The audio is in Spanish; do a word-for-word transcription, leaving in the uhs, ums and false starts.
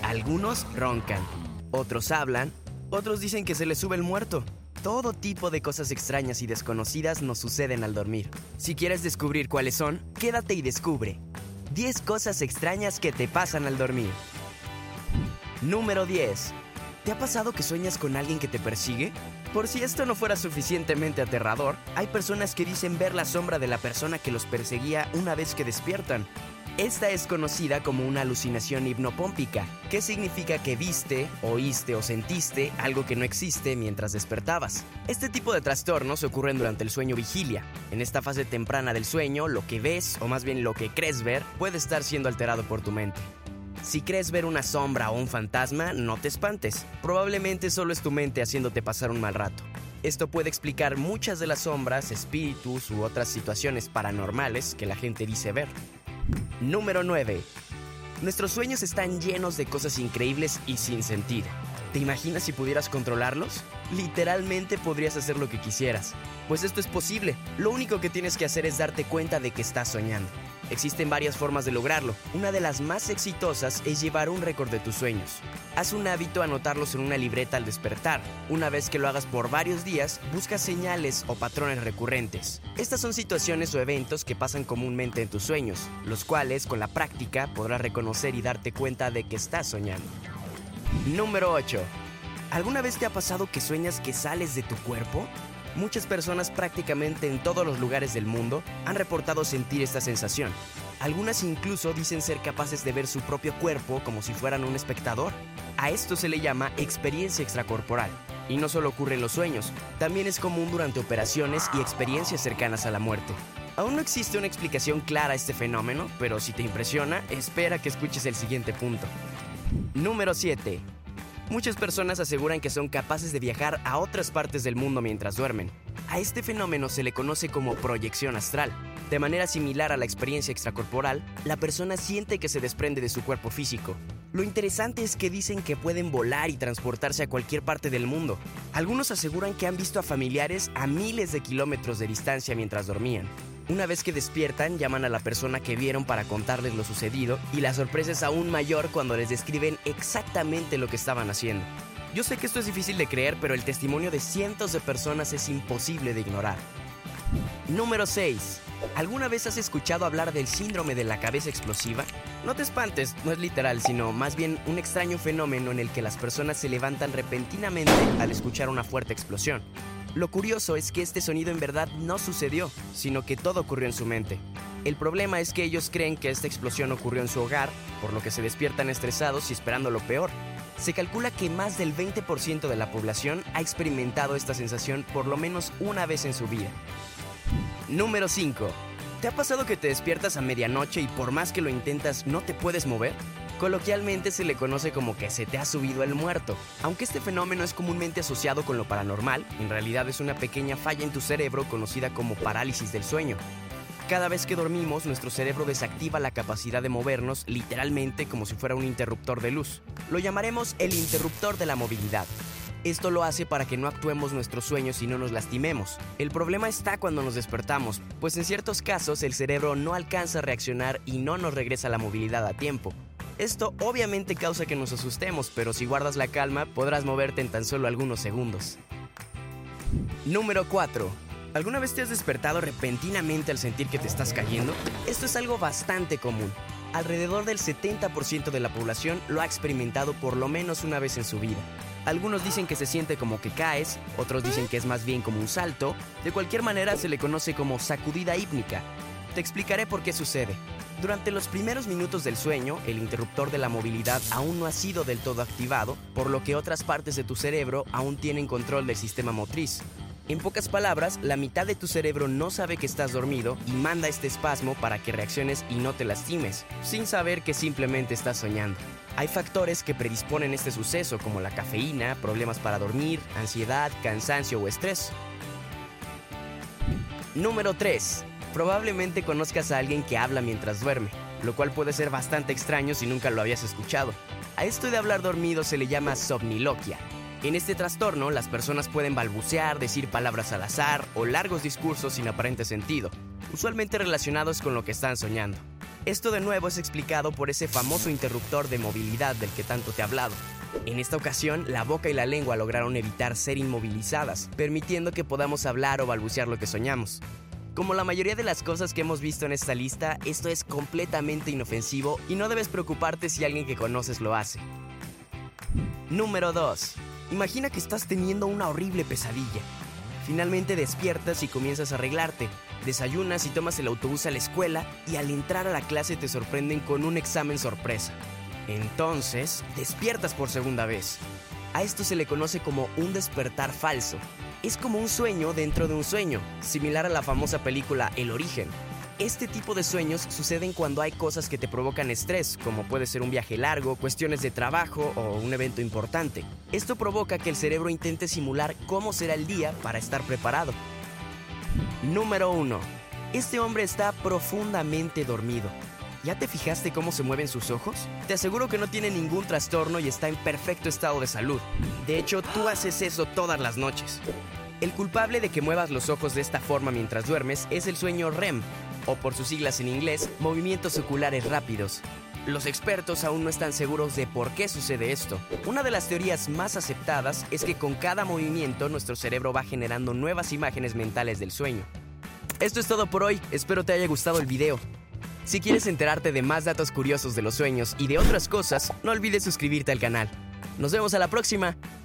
Algunos roncan, otros hablan, otros dicen que se les sube el muerto. Todo tipo de cosas extrañas y desconocidas nos suceden al dormir. Si quieres descubrir cuáles son, quédate y descubre diez cosas extrañas que te pasan al dormir. Número diez. ¿Te ha pasado que sueñas con alguien que te persigue? Por si esto no fuera suficientemente aterrador, hay personas que dicen ver la sombra de la persona que los perseguía una vez que despiertan. Esta es conocida como una alucinación hipnopómpica, que significa que viste, oíste o sentiste algo que no existe mientras despertabas. Este tipo de trastornos ocurren durante el sueño vigilia. En esta fase temprana del sueño, lo que ves, o más bien lo que crees ver, puede estar siendo alterado por tu mente. Si crees ver una sombra o un fantasma, no te espantes. Probablemente solo es tu mente haciéndote pasar un mal rato. Esto puede explicar muchas de las sombras, espíritus u otras situaciones paranormales que la gente dice ver. Número nueve. Nuestros sueños están llenos de cosas increíbles y sin sentido. ¿Te imaginas si pudieras controlarlos? Literalmente podrías hacer lo que quisieras. Pues esto es posible. Lo único que tienes que hacer es darte cuenta de que estás soñando. Existen varias formas de lograrlo. Una de las más exitosas es llevar un récord de tus sueños. Haz un hábito anotarlos en una libreta al despertar. Una vez que lo hagas por varios días, busca señales o patrones recurrentes. Estas son situaciones o eventos que pasan comúnmente en tus sueños, los cuales, con la práctica, podrás reconocer y darte cuenta de que estás soñando. Número ocho. ¿Alguna vez te ha pasado que sueñas que sales de tu cuerpo? Muchas personas prácticamente en todos los lugares del mundo han reportado sentir esta sensación. Algunas incluso dicen ser capaces de ver su propio cuerpo como si fueran un espectador. A esto se le llama experiencia extracorporal. Y no solo ocurre en los sueños, también es común durante operaciones y experiencias cercanas a la muerte. Aún no existe una explicación clara a este fenómeno, pero si te impresiona, espera que escuches el siguiente punto. Número siete. Muchas personas aseguran que son capaces de viajar a otras partes del mundo mientras duermen. A este fenómeno se le conoce como proyección astral. De manera similar a la experiencia extracorporal, la persona siente que se desprende de su cuerpo físico. Lo interesante es que dicen que pueden volar y transportarse a cualquier parte del mundo. Algunos aseguran que han visto a familiares a miles de kilómetros de distancia mientras dormían. Una vez que despiertan, llaman a la persona que vieron para contarles lo sucedido y la sorpresa es aún mayor cuando les describen exactamente lo que estaban haciendo. Yo sé que esto es difícil de creer, pero el testimonio de cientos de personas es imposible de ignorar. Número seis. ¿Alguna vez has escuchado hablar del síndrome de la cabeza explosiva? No te espantes, no es literal, sino más bien un extraño fenómeno en el que las personas se levantan repentinamente al escuchar una fuerte explosión. Lo curioso es que este sonido en verdad no sucedió, sino que todo ocurrió en su mente. El problema es que ellos creen que esta explosión ocurrió en su hogar, por lo que se despiertan estresados y esperando lo peor. Se calcula que más del veinte por ciento de la población ha experimentado esta sensación por lo menos una vez en su vida. Número cinco. ¿Te ha pasado que te despiertas a medianoche y por más que lo intentas no te puedes mover? Coloquialmente se le conoce como que se te ha subido el muerto. Aunque este fenómeno es comúnmente asociado con lo paranormal, en realidad es una pequeña falla en tu cerebro conocida como parálisis del sueño. Cada vez que dormimos, nuestro cerebro desactiva la capacidad de movernos literalmente como si fuera un interruptor de luz. Lo llamaremos el interruptor de la movilidad. Esto lo hace para que no actuemos nuestros sueños y no nos lastimemos. El problema está cuando nos despertamos, pues en ciertos casos el cerebro no alcanza a reaccionar y no nos regresa la movilidad a tiempo. Esto obviamente causa que nos asustemos, pero si guardas la calma, podrás moverte en tan solo algunos segundos. Número cuatro. ¿Alguna vez te has despertado repentinamente al sentir que te estás cayendo? Esto es algo bastante común. Alrededor del setenta por ciento de la población lo ha experimentado por lo menos una vez en su vida. Algunos dicen que se siente como que caes, otros dicen que es más bien como un salto. De cualquier manera se le conoce como sacudida hípnica. Te explicaré por qué sucede. Durante los primeros minutos del sueño, el interruptor de la movilidad aún no ha sido del todo activado, por lo que otras partes de tu cerebro aún tienen control del sistema motriz. En pocas palabras, la mitad de tu cerebro no sabe que estás dormido y manda este espasmo para que reacciones y no te lastimes, sin saber que simplemente estás soñando. Hay factores que predisponen este suceso, como la cafeína, problemas para dormir, ansiedad, cansancio o estrés. Número tres. Probablemente conozcas a alguien que habla mientras duerme, lo cual puede ser bastante extraño si nunca lo habías escuchado. A esto de hablar dormido se le llama somniloquia. En este trastorno, las personas pueden balbucear, decir palabras al azar o largos discursos sin aparente sentido, usualmente relacionados con lo que están soñando. Esto de nuevo es explicado por ese famoso interruptor de movilidad del que tanto te he hablado. En esta ocasión, la boca y la lengua lograron evitar ser inmovilizadas, permitiendo que podamos hablar o balbucear lo que soñamos. Como la mayoría de las cosas que hemos visto en esta lista, esto es completamente inofensivo y no debes preocuparte si alguien que conoces lo hace. Número dos. Imagina que estás teniendo una horrible pesadilla. Finalmente despiertas y comienzas a arreglarte. Desayunas y tomas el autobús a la escuela y al entrar a la clase te sorprenden con un examen sorpresa. Entonces, despiertas por segunda vez. A esto se le conoce como un despertar falso. Es como un sueño dentro de un sueño, similar a la famosa película El Origen. Este tipo de sueños suceden cuando hay cosas que te provocan estrés, como puede ser un viaje largo, cuestiones de trabajo o un evento importante. Esto provoca que el cerebro intente simular cómo será el día para estar preparado. Número uno. Este hombre está profundamente dormido. ¿Ya te fijaste cómo se mueven sus ojos? Te aseguro que no tiene ningún trastorno y está en perfecto estado de salud. De hecho, tú haces eso todas las noches. El culpable de que muevas los ojos de esta forma mientras duermes es el sueño R E M, o por sus siglas en inglés, movimientos oculares rápidos. Los expertos aún no están seguros de por qué sucede esto. Una de las teorías más aceptadas es que con cada movimiento nuestro cerebro va generando nuevas imágenes mentales del sueño. Esto es todo por hoy, espero te haya gustado el video. Si quieres enterarte de más datos curiosos de los sueños y de otras cosas, no olvides suscribirte al canal. Nos vemos a la próxima.